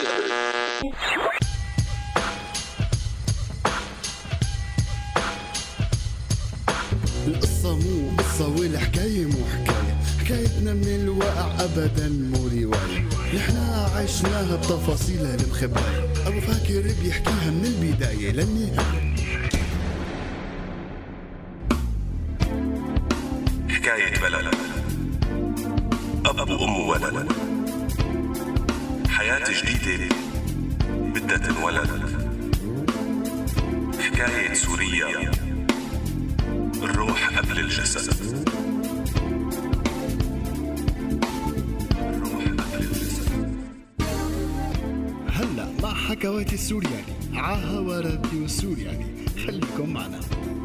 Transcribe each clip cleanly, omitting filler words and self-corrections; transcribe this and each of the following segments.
القصة مو قصة والحكاية مو حكاية، حكايتنا من الواقع أبدا مو رواية، نحنا عشناها بتفاصيلها المخباية، أبو فاكر بيحكيها من البداية للنهاية. حكاية بلد، أب وأم وولد، حياة جديدة بدها تنولد. حكاية سوريا، الروح قبل الجسد. هلا مع حكوات السورياني عاها راديو السورياني، خليكم معنا.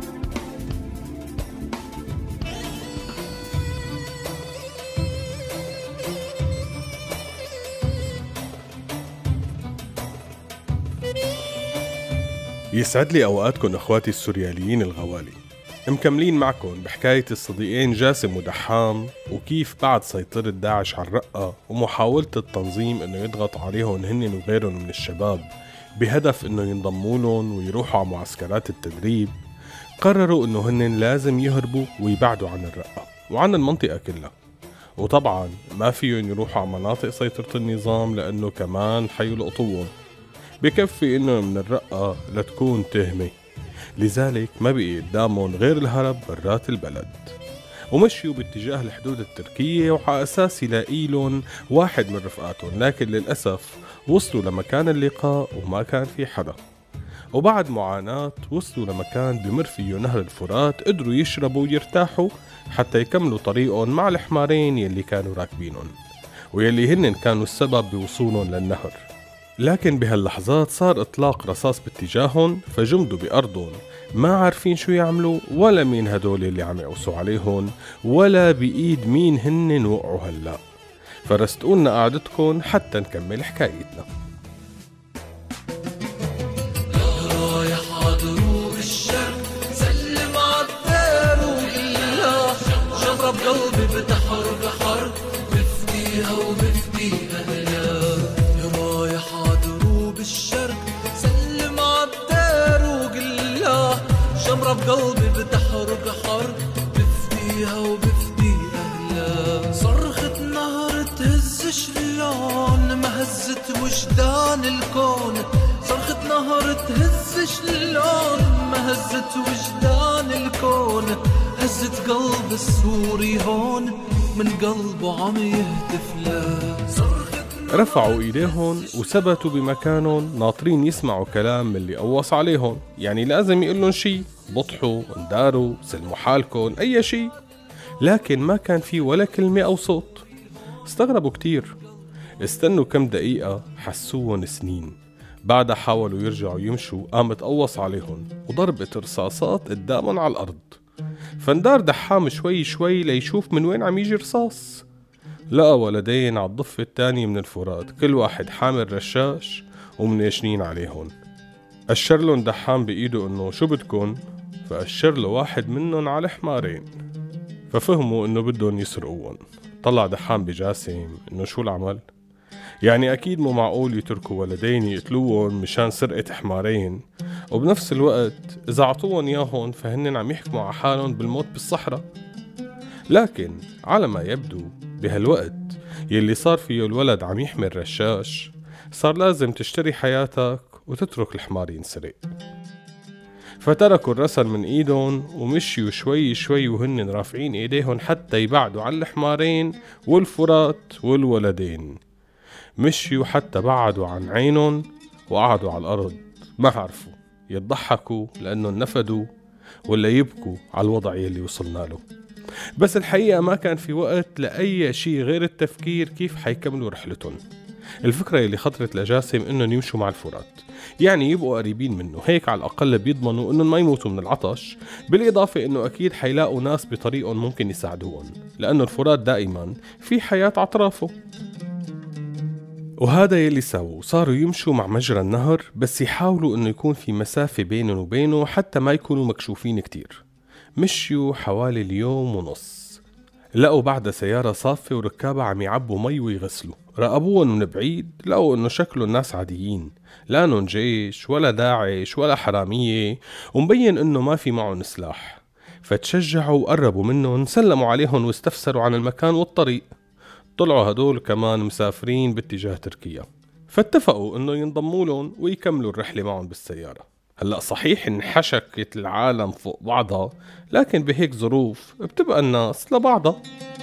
يسعد لي أوقاتكم أخواتي السورياليين الغوالي. مكملين معكم بحكاية الصديقين جاسم ودحام، وكيف بعد سيطرة داعش على الرقة ومحاولة التنظيم انه يضغط عليهم هن وغيرهم من الشباب بهدف انه ينضموا لهم ويروحوا على معسكرات التدريب، قرروا انه هن لازم يهربوا ويبعدوا عن الرقة وعن المنطقة كلها. وطبعا ما فيهم يروحوا على مناطق سيطرة النظام لانه كمان حيلقطوهم، بكفي انه من الرقة لتكون تهمة. لذلك ما بقي قدامهم غير الهرب برات البلد، ومشيوا باتجاه الحدود التركية وعلى أساس يلاقيلن واحد من رفقاتهم، لكن للأسف وصلوا لمكان اللقاء وما كان في حدا. وبعد معاناة وصلوا لمكان بمر فيه نهر الفرات، قدروا يشربوا ويرتاحوا حتى يكملوا طريقهم مع الحمارين يلي كانوا راكبينهم ويلي هن كانوا السبب بوصولهم للنهر. لكن بهاللحظات صار إطلاق رصاص باتجاههم، فجمدوا بأرضهم ما عارفين شو يعملوا ولا مين هدول اللي عم يعوصوا عليهم ولا بإيد مين هن وقعوا هلأ. فرستقولنا قعدتكم حتى نكمل حكايتنا. بقلبي بتحرق حرق، بفديها وبفدي أهلها. صرخة نهر تهز شلون ما هزت وجدان الكون، صرخة نهر تهز شلون ما هزت وجدان الكون، هزت قلب السوري هون من قلبه عم يهتف له. رفعوا ايديهم وثبتوا بمكانهم ناطرين يسمعوا كلام من اللي قوص عليهم، يعني لازم يقولن شي، بطحوا، انداروا، سلموا حالكم، اي شي. لكن ما كان في ولا كلمة او صوت. استغربوا كتير، استنوا كم دقيقة حسوهم سنين. بعدها حاولوا يرجعوا يمشوا، قامت قوص عليهم وضربت رصاصات قدامهم على الارض. فاندار دحام شوي شوي ليشوف من وين عم يجي رصاص. لقى ولدين على الضفة الثانية من الفرات، كل واحد حامل رشاش ومناشنين عليهم. أشرلن دحام بإيده إنه شو بدكن، فأشر له واحد منهم على حمارين، ففهموا إنه بدهم يسرقوهم. طلع دحام بجاسم إنه شو العمل، يعني أكيد مو معقول يتركوا ولدين يقتلوهم مشان سرقة حمارين، وبنفس الوقت إذا عطوهم ياهن فهنن عم يحكموا على حالهم بالموت بالصحراء. لكن على ما يبدو بهالوقت يلي صار فيه الولد عم يحمل رشاش، صار لازم تشتري حياتك وتترك الحمار ينسرق. فتركوا الرسل من ايدهم ومشيوا شوي شوي وهن رافعين ايديهم حتى يبعدوا عن الحمارين والفرات والولدين. مشيوا حتى بعدوا عن عينهم وقعدوا على الارض، ما عرفوا يضحكوا لانهم نفدوا ولا يبكوا على الوضع يلي وصلنا له. بس الحقيقة ما كان في وقت لأي شيء غير التفكير كيف حيكملوا رحلتهم. الفكرة اللي خطرت لجاسم إنهم يمشوا مع الفرات، يعني يبقوا قريبين منه، هيك على الأقل بيضمنوا إنهم ما يموتوا من العطش، بالإضافة إنه أكيد حيلاقوا ناس بطريقهم ممكن يساعدوهم، لأنه الفرات دائما في حياة أطرافه. وهذا يلي سووا، صاروا يمشوا مع مجرى النهر، بس يحاولوا إنه يكون في مسافة بينهم وبينه حتى ما يكونوا مكشوفين كتير. مشيوا حوالي اليوم ونص لقوا بعد سيارة صافة وركابها عم يعبوا مي ويغسلوا. راقبوهم من بعيد، لقوا انه شكله الناس عاديين، لانن جيش ولا داعش ولا حرامية، ومبين انه ما في معهم سلاح. فتشجعوا وقربوا منهم، سلموا عليهم واستفسروا عن المكان والطريق. طلعوا هدول كمان مسافرين باتجاه تركيا، فاتفقوا انه ينضموا لهم ويكملوا الرحلة معهم بالسيارة. هلأ صحيح انحشكت العالم فوق بعضها، لكن بهيك ظروف بتبقى الناس لبعضها.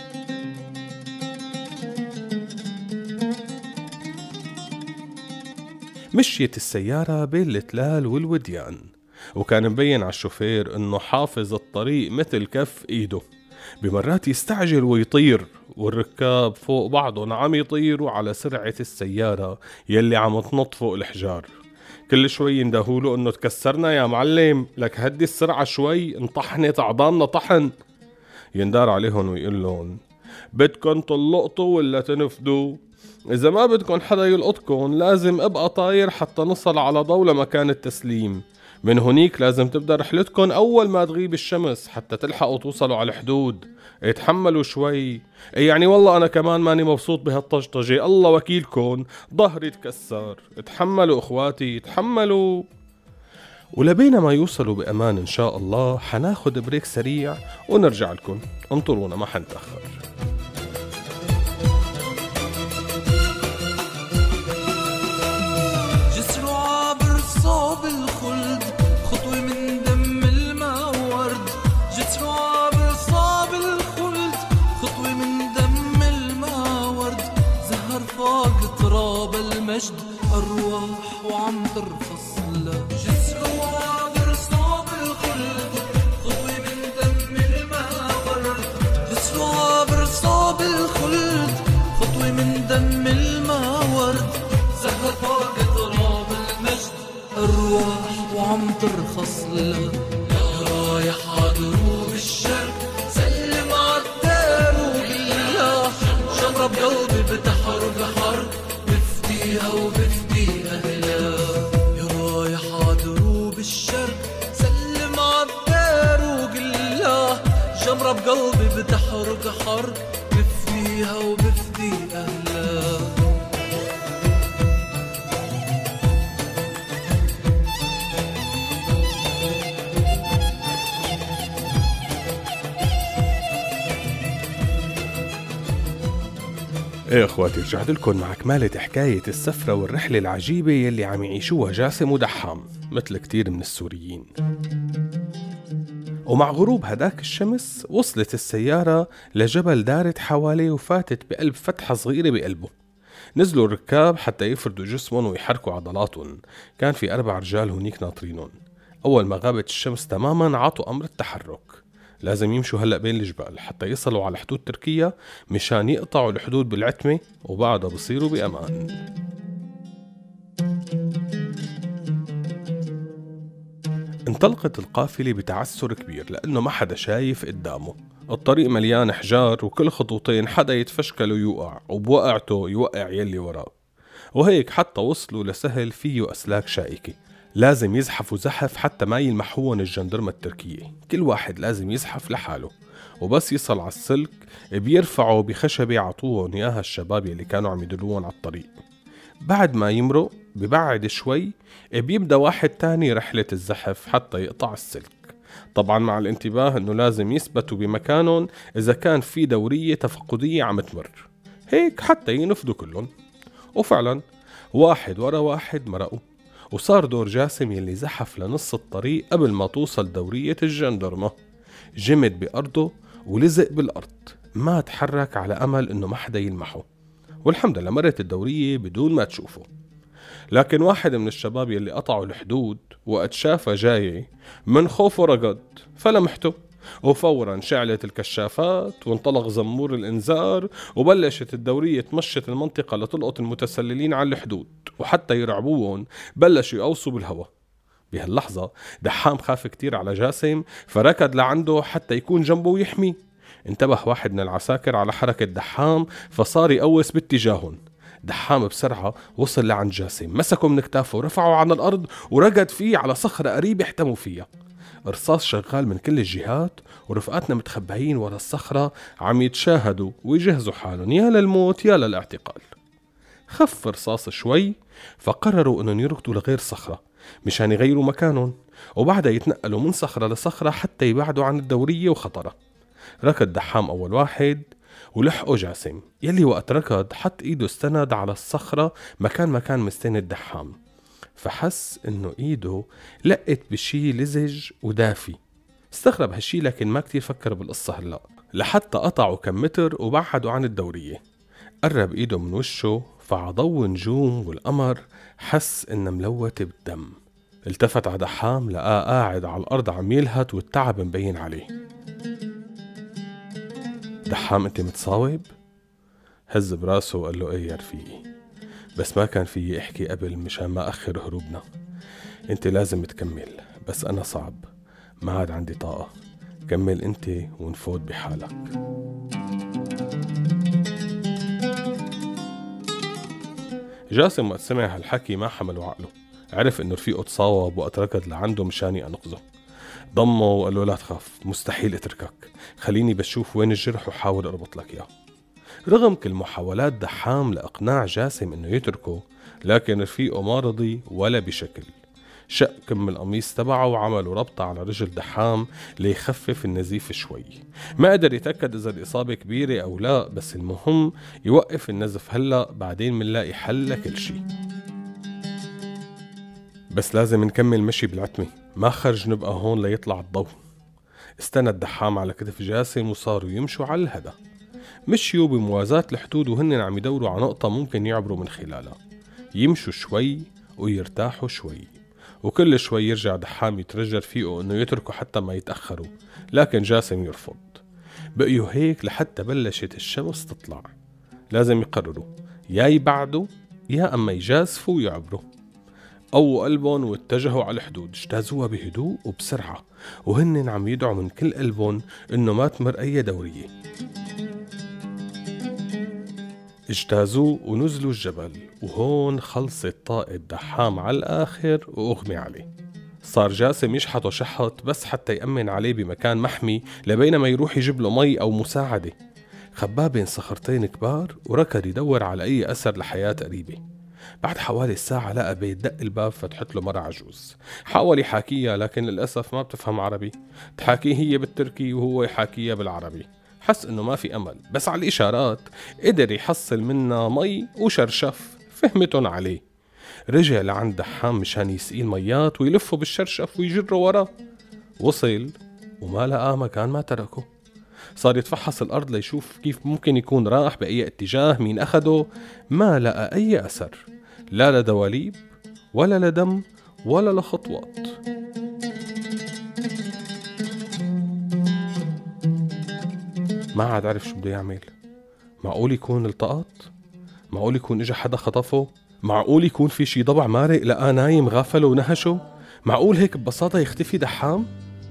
مشيت السيارة بين التلال والوديان، وكان مبين على الشوفير انه حافظ الطريق مثل كف ايده. بمرات يستعجل ويطير، والركاب فوق بعضهم عم يطيروا على سرعة السيارة يلي عم تنط فوق الحجار. كل شوي يندهوله انه تكسرنا يا معلم، لك هدي السرعة شوي، انطحنت عضالنا طحن. يندار عليهم ويقول لهم بدكن تلقطوا ولا تنفدوا؟ إذا ما بدكن حدا يلقطكن لازم أبقى طاير حتى نصل على ضوء مكان التسليم. من هنيك لازم تبدأ رحلتكن أول ما تغيب الشمس حتى تلحقوا توصلوا على الحدود. اتحملوا شوي. يعني والله أنا كمان ماني مبسوط بهالطجطجة، الله وكيلكن ظهري تكسر. اتحملوا إخواتي، اتحملوا. ولبينا ما يوصلوا بأمان إن شاء الله حناخد بريك سريع ونرجع لكم، انطرونا ما حنتأخر. جسر عابر صوب الخلد، خطوة من دم الماورد. جسر عابر صوب الخلد، خطوة من دم الماورد. زهر فوق تراب المجد أرواح وعم ترفص له. جسر عابر صوب الخلد، خطوة من دم الماورد. جسر عابر صوب الخلد، خطوة من دم الماورد. زهر فوق تراب المجد أرواح وعم ترخص له. يا رايح عدروب الشرق سلم عالدار وبالله. شمرة بقلبي بتحرق حرب بفديها وبفدي أهلها. يا رايح عدروب الشرق سلم عالدار وبالله. شمرة بقلبي بتحرق حرب بفديها وبفدي أهلها. ايه اخواتي، رجعت لكم مع كمالة حكاية السفرة والرحلة العجيبة يلي عم يعيشوها جاسم ودحام مثل كتير من السوريين. ومع غروب هداك الشمس وصلت السيارة لجبل دارت حواليه وفاتت بقلب فتحة صغيرة بقلبه. نزلوا الركاب حتى يفردوا جسمهم ويحركوا عضلاتهم. كان في 4 رجال هنيك ناطرينهم. أول ما غابت الشمس تماما عطوا أمر التحرك. لازم يمشوا هلأ بين الجبال حتى يصلوا على حدود تركيا مشان يقطعوا الحدود بالعتمة وبعدها بصيروا بأمان. انطلقت القافلة بتعسر كبير لأنه ما حدا شايف قدامه. الطريق مليان حجار وكل خطوتين حدا يتفشكل ويوقع، وبوقعته يوقع يلي وراه. وهيك حتى وصلوا لسهل فيه أسلاك شائكة. لازم يزحفوا زحف حتى ما يلمحوهم الجندرمة التركية. كل واحد لازم يزحف لحاله، وبس يصل على السلك بيرفعوا بخشبة عطوهم إياها الشباب اللي كانوا عم يدلوهم على الطريق. بعد ما يمرق ببعد شوي بيبدأ واحد تاني رحلة الزحف حتى يقطع السلك، طبعا مع الانتباه انه لازم يثبتوا بمكانهم اذا كان في دورية تفقدية عم تمر، هيك حتى ينفذوا كلهم. وفعلا واحد ورا واحد مرقوا، وصار دور جاسم يلي زحف لنص الطريق قبل ما توصل دورية الجندرمة. جمد بأرضه ولزق بالأرض، ما تحرك على أمل إنه ما حدا يلمحه، والحمد لله مرت الدورية بدون ما تشوفه. لكن واحد من الشباب يلي قطعوا الحدود وقت شافه جاي من خوفه رقد فلمحته، وفورا شعلت الكشافات وانطلق زمور الإنذار، وبلشت الدورية تمشط المنطقة لتلقط المتسللين على الحدود، وحتى يرعبوهم بلشوا يقوصوا بالهواء. بهاللحظة دحام خاف كتير على جاسم فركض لعنده حتى يكون جنبه ويحمي. انتبه واحد من العساكر على حركة دحام فصار يقوس باتجاههم. دحام بسرعة وصل لعند جاسم، مسكه من كتافه ورفعه عن الأرض ورقد فيه على صخرة قريبة احتموا فيها. رصاص شغال من كل الجهات، ورفقاتنا متخبئين ورا الصخرة عم يتشاهدوا ويجهزوا حالهم يا للموت يا للاعتقال. خف رصاص شوي، فقرروا انهم يركضوا لغير صخرة مشان يغيروا مكانهم، وبعدها يتنقلوا من صخرة لصخرة حتى يبعدوا عن الدورية وخطرها. ركض دحام أول واحد ولحقوا جاسم، يلي وقت ركض حط ايده استند على الصخرة مكان ما كان مستند دحام، فحس انه ايده لقت بشي لزج ودافي. استغرب هالشي لكن ما كتير فكر بالقصة هلأ، لحتى قطعوا كم متر وبعدوا عن الدورية. قرب ايده من وشه، فعضو نجوم والقمر حس انه ملوت بالدم. التفت على دحام لقاه قاعد على الأرض عم يلهت والتعب مبين عليه. دحام انت متصاوب؟ هز براسه وقال له ايه يا رفيقي، بس ما كان فيي احكي قبل مشان ما اخر هروبنا. انت لازم تكمل، بس انا صعب ما عاد عندي طاقة. كمل انت ونفوت بحالك. جاسم وقت سمع هالحكي ما حمل عقله، عرف انه رفيقه تصاوب وقت ركض لعنده مشان ينقذه. ضمه وقال له لا تخاف، مستحيل اتركك، خليني بشوف وين الجرح وحاول اربط لك اياه. رغم كل محاولات دحام لإقناع جاسم انه يتركه، لكن رفيقه ما رضي ولا بشكل. شق كم القميص تبعه وعملوا ربطة على رجل دحام ليخفف النزيف شوي. ما قدر يتأكد إذا الإصابة كبيرة أو لا، بس المهم يوقف النزف هلأ، بعدين منلاقي حل لكل شي. بس لازم نكمل مشي بالعتمة، ما خرج نبقى هون ليطلع الضوء. استند دحام على كتف جاسم وصاروا يمشوا على الهدى. مشيوا بموازاة الحدود وهن عم يدوروا على نقطة ممكن يعبروا من خلالها. يمشوا شوي ويرتاحوا شوي، وكل شوي يرجع دحام يترجى رفيقه انه يتركوا حتى ما يتأخروا، لكن جاسم يرفض. بقيوا هيك لحتى بلشت الشمس تطلع. لازم يقرروا يا يبعدوا يا اما يجازفوا ويعبروا. قووا قلبهم واتجهوا على الحدود، اجتازوها بهدوء وبسرعة، وهن عم يدعوا من كل قلبهم انه ما تمر اي دورية. اجتازوه ونزلوا الجبل، وهون خلصت طاقة دحام على الآخر وأغمي عليه. صار جاسم يشحطه شحط بس حتى يأمن عليه بمكان محمي لبينما يروح يجيب له مي أو مساعدة. خباه بين صخرتين كبار وركض يدور على أي أثر لحياة قريبة. بعد حوالي ساعة لقى بيت دق الباب، فتحت له مرة عجوز. حاول يحاكيها لكن للأسف ما بتفهم عربي، تحاكيه هي بالتركي وهو يحاكيها بالعربي. حس انه ما في امل، بس على الاشارات قدر يحصل منها مي وشرشف فهمتن عليه. رجع لعند دحام مشان يسقين ميات ويلفه بالشرشف ويجره وراه. وصل وما لقى مكان ما تركه. صار يتفحص الارض ليشوف كيف ممكن يكون راح باي اتجاه، مين اخده. ما لقى اي اثر، لا لدواليب ولا لدم ولا لخطوات. ما عاد عرف شو بده يعمل. معقول يكون التقط؟ معقول يكون اجا حدا خطفه؟ معقول يكون في شي ضبع مارق لقاه نايم غافله ونهشه؟ معقول هيك ببساطة يختفي دحام؟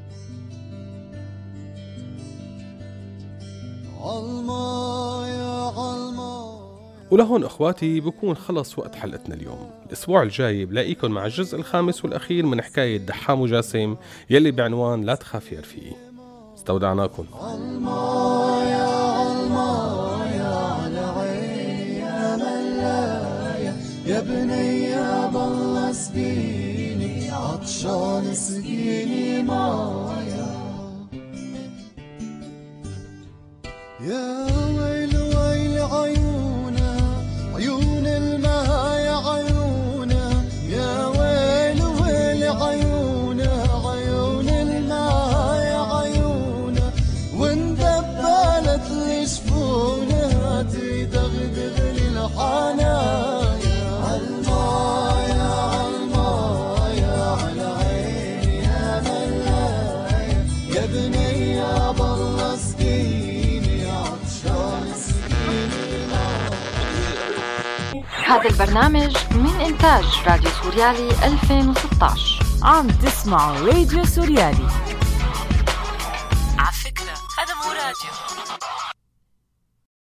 ولهون اخواتي بكون خلص وقت حلقتنا اليوم. الاسبوع الجاي بلاقيكم مع الجزء الخامس والاخير من حكاية دحام وجاسم يلي بعنوان لا تخاف يا رفيقي. استودعناكم. يا بنية ضل سقيني عطشان سقيني مايا. يا ويل ويل عيونا عيون المايا عيونا. يا ويل ويل عيونا عيون المايا عيونا. واندبلت لشفونا تدغدغ للحنايا. هذا البرنامج من إنتاج راديو سوريالي 2016. عم تسمعوا راديو سوريالي.